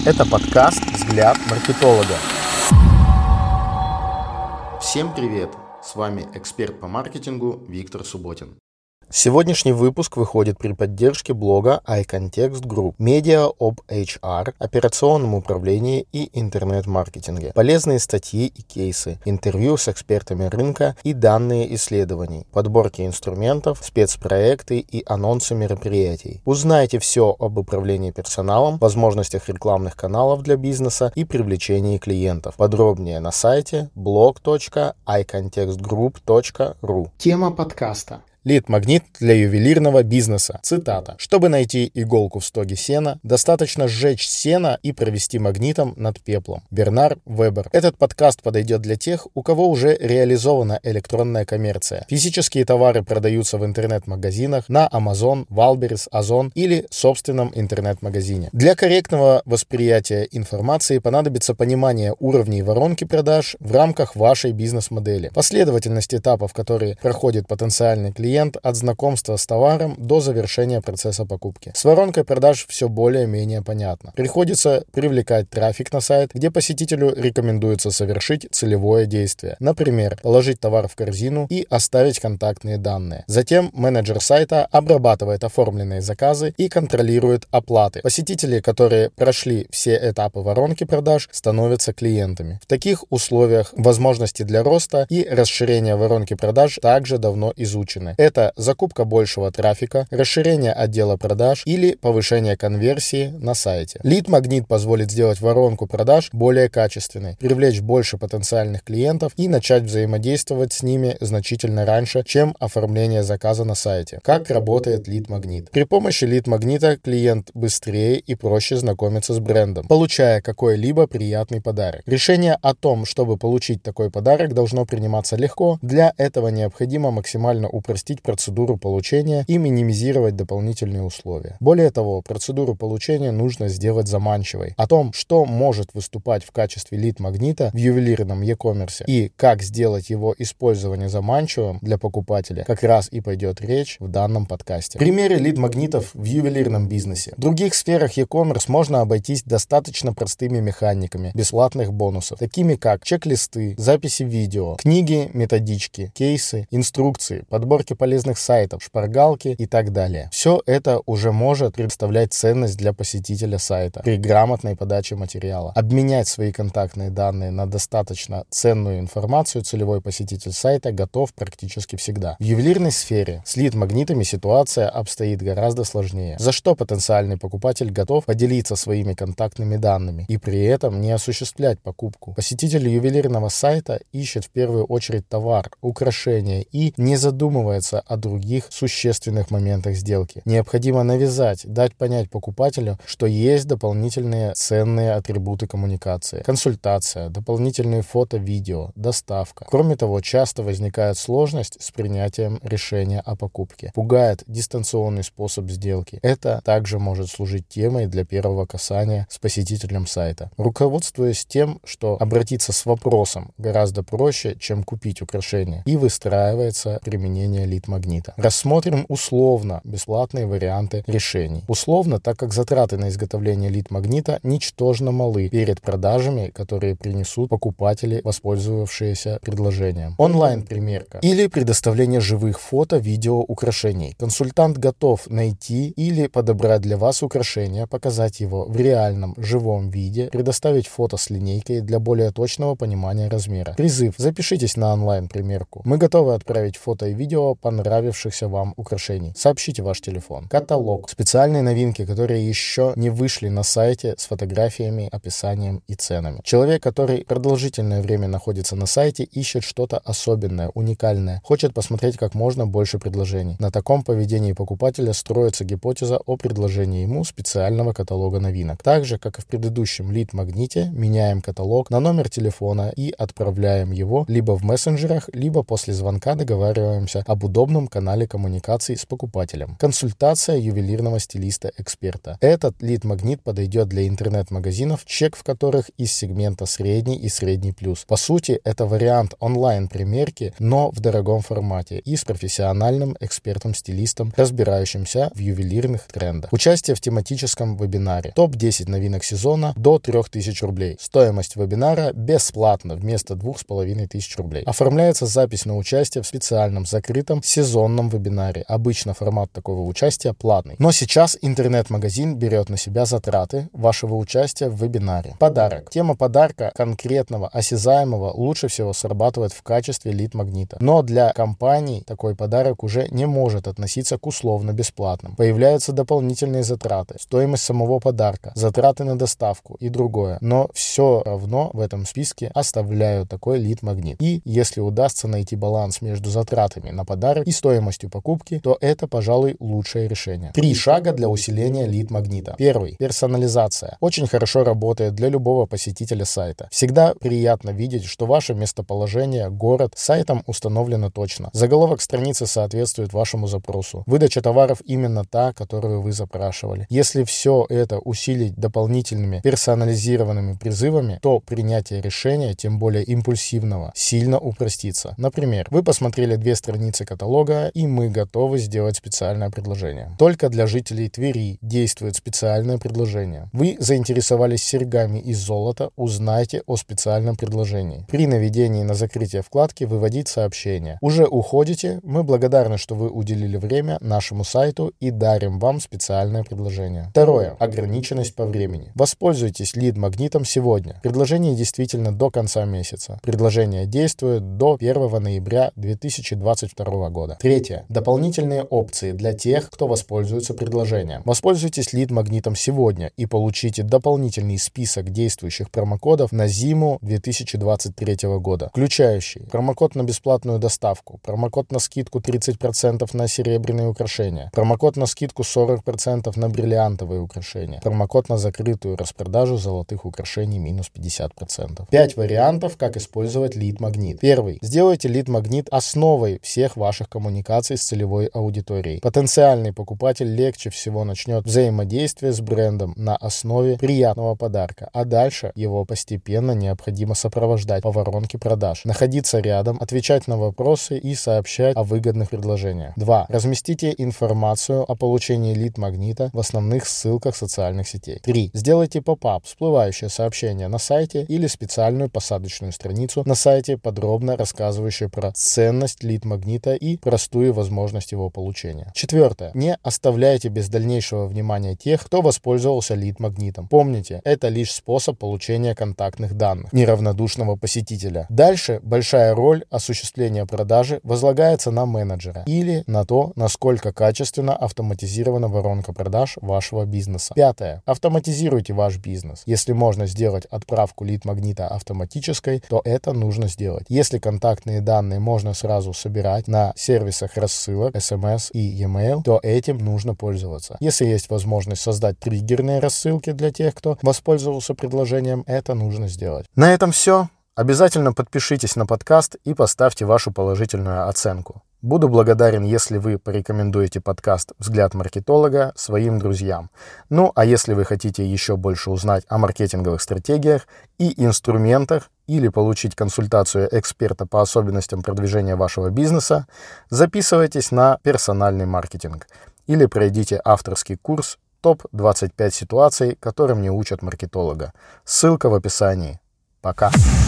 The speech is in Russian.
Это подкаст «Взгляд маркетолога». Всем привет! С вами эксперт по маркетингу Виктор Субботин. Сегодняшний выпуск выходит при поддержке блога iContext Group, медиа об HR, операционном управлении и интернет-маркетинге, полезные статьи и кейсы, интервью с экспертами рынка и данные исследований, подборки инструментов, спецпроекты и анонсы мероприятий. Узнайте все об управлении персоналом, возможностях рекламных каналов для бизнеса и привлечении клиентов. Подробнее на сайте blog.icontextgroup.ru. Тема подкаста. Лид-магнит для ювелирного бизнеса. Цитата. «Чтобы найти иголку в стоге сена, достаточно сжечь сено и провести магнитом над пеплом». Бернар Вебер. Этот подкаст подойдет для тех, у кого уже реализована электронная коммерция. Физические товары продаются в интернет-магазинах, на Amazon, Wildberries, Озон или собственном интернет-магазине. Для корректного восприятия информации понадобится понимание уровней воронки продаж в рамках вашей бизнес-модели. Последовательность этапов, которые проходит потенциальный клиент, от знакомства с товаром до завершения процесса покупки. С воронкой продаж все более-менее понятно. Приходится привлекать трафик на сайт, где посетителю рекомендуется совершить целевое действие. Например, положить товар в корзину и оставить контактные данные. Затем менеджер сайта обрабатывает оформленные заказы и контролирует оплаты. Посетители, которые прошли все этапы воронки продаж, становятся клиентами. В таких условиях возможности для роста и расширения воронки продаж также давно изучены. Это закупка большего трафика, расширение отдела продаж или повышение конверсии на сайте. Лид-магнит позволит сделать воронку продаж более качественной, привлечь больше потенциальных клиентов и начать взаимодействовать с ними значительно раньше, чем оформление заказа на сайте. Как работает лид-магнит? При помощи лид-магнита клиент быстрее и проще знакомится с брендом, получая какой-либо приятный подарок. Решение о том, чтобы получить такой подарок, должно приниматься легко. Для этого необходимо максимально упростить процедуру получения и минимизировать дополнительные условия. Более того, процедуру получения нужно сделать заманчивой. О том, что может выступать в качестве лид-магнита в ювелирном e-commerce и как сделать его использование заманчивым для покупателя, как раз и пойдет речь в данном подкасте. Примеры лид-магнитов в ювелирном бизнесе. В других сферах e-commerce можно обойтись достаточно простыми механиками бесплатных бонусов, такими как чек-листы, записи видео, книги, методички, кейсы, инструкции, подборки полезных сайтов, шпаргалки и так далее. Все это уже может представлять ценность для посетителя сайта при грамотной подаче материала. Обменять свои контактные данные на достаточно ценную информацию целевой посетитель сайта готов практически всегда. В ювелирной сфере с лид-магнитами ситуация обстоит гораздо сложнее, за что потенциальный покупатель готов поделиться своими контактными данными и при этом не осуществлять покупку. Посетитель ювелирного сайта ищет в первую очередь товар, украшения и не задумывается о других существенных моментах сделки. Необходимо навязать, дать понять покупателю, что есть дополнительные ценные атрибуты коммуникации. Консультация, дополнительные фото, видео, доставка. Кроме того, часто возникает сложность с принятием решения о покупке. Пугает дистанционный способ сделки. Это также может служить темой для первого касания с посетителем сайта. Руководствуясь тем, что обратиться с вопросом гораздо проще, чем купить украшение, и выстраивается применение лид-магнита. Рассмотрим условно бесплатные варианты решений. Условно, так как затраты на изготовление лид-магнита ничтожно малы перед продажами, которые принесут покупатели, воспользовавшиеся предложением. Онлайн-примерка или предоставление живых фото, видео, украшений. Консультант готов найти или подобрать для вас украшение, показать его в реальном, живом виде, предоставить фото с линейкой для более точного понимания размера. Призыв: запишитесь на онлайн-примерку. Мы готовы отправить фото и видео понравившихся вам украшений. Сообщите ваш телефон. Каталог. Специальные новинки, которые еще не вышли на сайте, с фотографиями, описанием и ценами. Человек, который продолжительное время находится на сайте, ищет что-то особенное, уникальное, хочет посмотреть как можно больше предложений. На таком поведении покупателя строится гипотеза о предложении ему специального каталога новинок. Так же, как и в предыдущем лид-магните, меняем каталог на номер телефона и отправляем его либо в мессенджерах, либо после звонка договариваемся об удобном удобном канале коммуникации с покупателем. Консультация ювелирного стилиста-эксперта. Этот лид-магнит подойдет для интернет-магазинов, чек в которых из сегмента средний и средний плюс. По сути, это вариант онлайн-примерки, но в дорогом формате и с профессиональным экспертом-стилистом, разбирающимся в ювелирных трендах. Участие в тематическом вебинаре. Топ-10 новинок сезона до 3000 рублей. Стоимость вебинара бесплатно вместо 2500 рублей. Оформляется запись на участие в специальном закрытом сезонном вебинаре. Обычно формат такого участия платный. Но сейчас интернет-магазин берет на себя затраты вашего участия в вебинаре. Подарок. Тема подарка конкретного, осязаемого лучше всего срабатывает в качестве лид-магнита. Но для компаний такой подарок уже не может относиться к условно-бесплатным. Появляются дополнительные затраты, стоимость самого подарка, затраты на доставку и другое. Но все равно в этом списке оставляю такой лид-магнит. И если удастся найти баланс между затратами на подарок и стоимостью покупки, то это, пожалуй, лучшее решение. 3 шага для усиления лид-магнита. Первый. Персонализация. Очень хорошо работает для любого посетителя сайта. Всегда приятно видеть, что ваше местоположение, город, сайтом установлено точно. Заголовок страницы соответствует вашему запросу. Выдача товаров именно та, которую вы запрашивали. Если все это усилить дополнительными персонализированными призывами, то принятие решения, тем более импульсивного, сильно упростится. Например, вы посмотрели 2 страницы каталога, и мы готовы сделать специальное предложение. Только для жителей Твери действует специальное предложение. Вы заинтересовались серьгами из золота, узнайте о специальном предложении. При наведении на закрытие вкладки выводить сообщение. Уже уходите? Мы благодарны, что вы уделили время нашему сайту и дарим вам специальное предложение. Второе. Ограниченность по времени. Воспользуйтесь лид-магнитом сегодня. Предложение действительно до конца месяца. Предложение действует до 1 ноября 2022 года. Третье. Дополнительные опции для тех, кто воспользуется предложением. Воспользуйтесь лид-магнитом сегодня и получите дополнительный список действующих промокодов на зиму 2023 года, включающий промокод на бесплатную доставку, промокод на скидку 30% на серебряные украшения, промокод на скидку 40% на бриллиантовые украшения, промокод на закрытую распродажу золотых украшений минус 50%. 5 вариантов, как использовать лид-магнит. Первый. Сделайте лид-магнит основой всех ваших коммуникаций с целевой аудиторией. Потенциальный покупатель легче всего начнет взаимодействие с брендом на основе приятного подарка, а дальше его постепенно необходимо сопровождать по воронке продаж, находиться рядом, отвечать на вопросы и сообщать о выгодных предложениях. 2. Разместите информацию о получении лид-магнита в основных ссылках социальных сетей. 3. Сделайте поп-ап, всплывающее сообщение на сайте или специальную посадочную страницу на сайте, подробно рассказывающую про ценность лид-магнита и простую возможность его получения. 4. Не оставляйте без дальнейшего внимания тех, кто воспользовался лид-магнитом. Помните, это лишь способ получения контактных данных неравнодушного посетителя. Дальше большая роль осуществления продажи возлагается на менеджера или на то, насколько качественно автоматизирована воронка продаж вашего бизнеса. 5. Автоматизируйте ваш бизнес. Если можно сделать отправку лид-магнита автоматической, то это нужно сделать. Если контактные данные можно сразу собирать на сервисах рассылок, SMS и e-mail, то этим нужно пользоваться. Если есть возможность создать триггерные рассылки для тех, кто воспользовался предложением, это нужно сделать. На этом все. Обязательно подпишитесь на подкаст и поставьте вашу положительную оценку. Буду благодарен, если вы порекомендуете подкаст «Взгляд маркетолога» своим друзьям. Ну, а если вы хотите еще больше узнать о маркетинговых стратегиях и инструментах или получить консультацию эксперта по особенностям продвижения вашего бизнеса, записывайтесь на персональный маркетинг или пройдите авторский курс «Топ-25 ситуаций, которым не учат маркетолога». Ссылка в описании. Пока.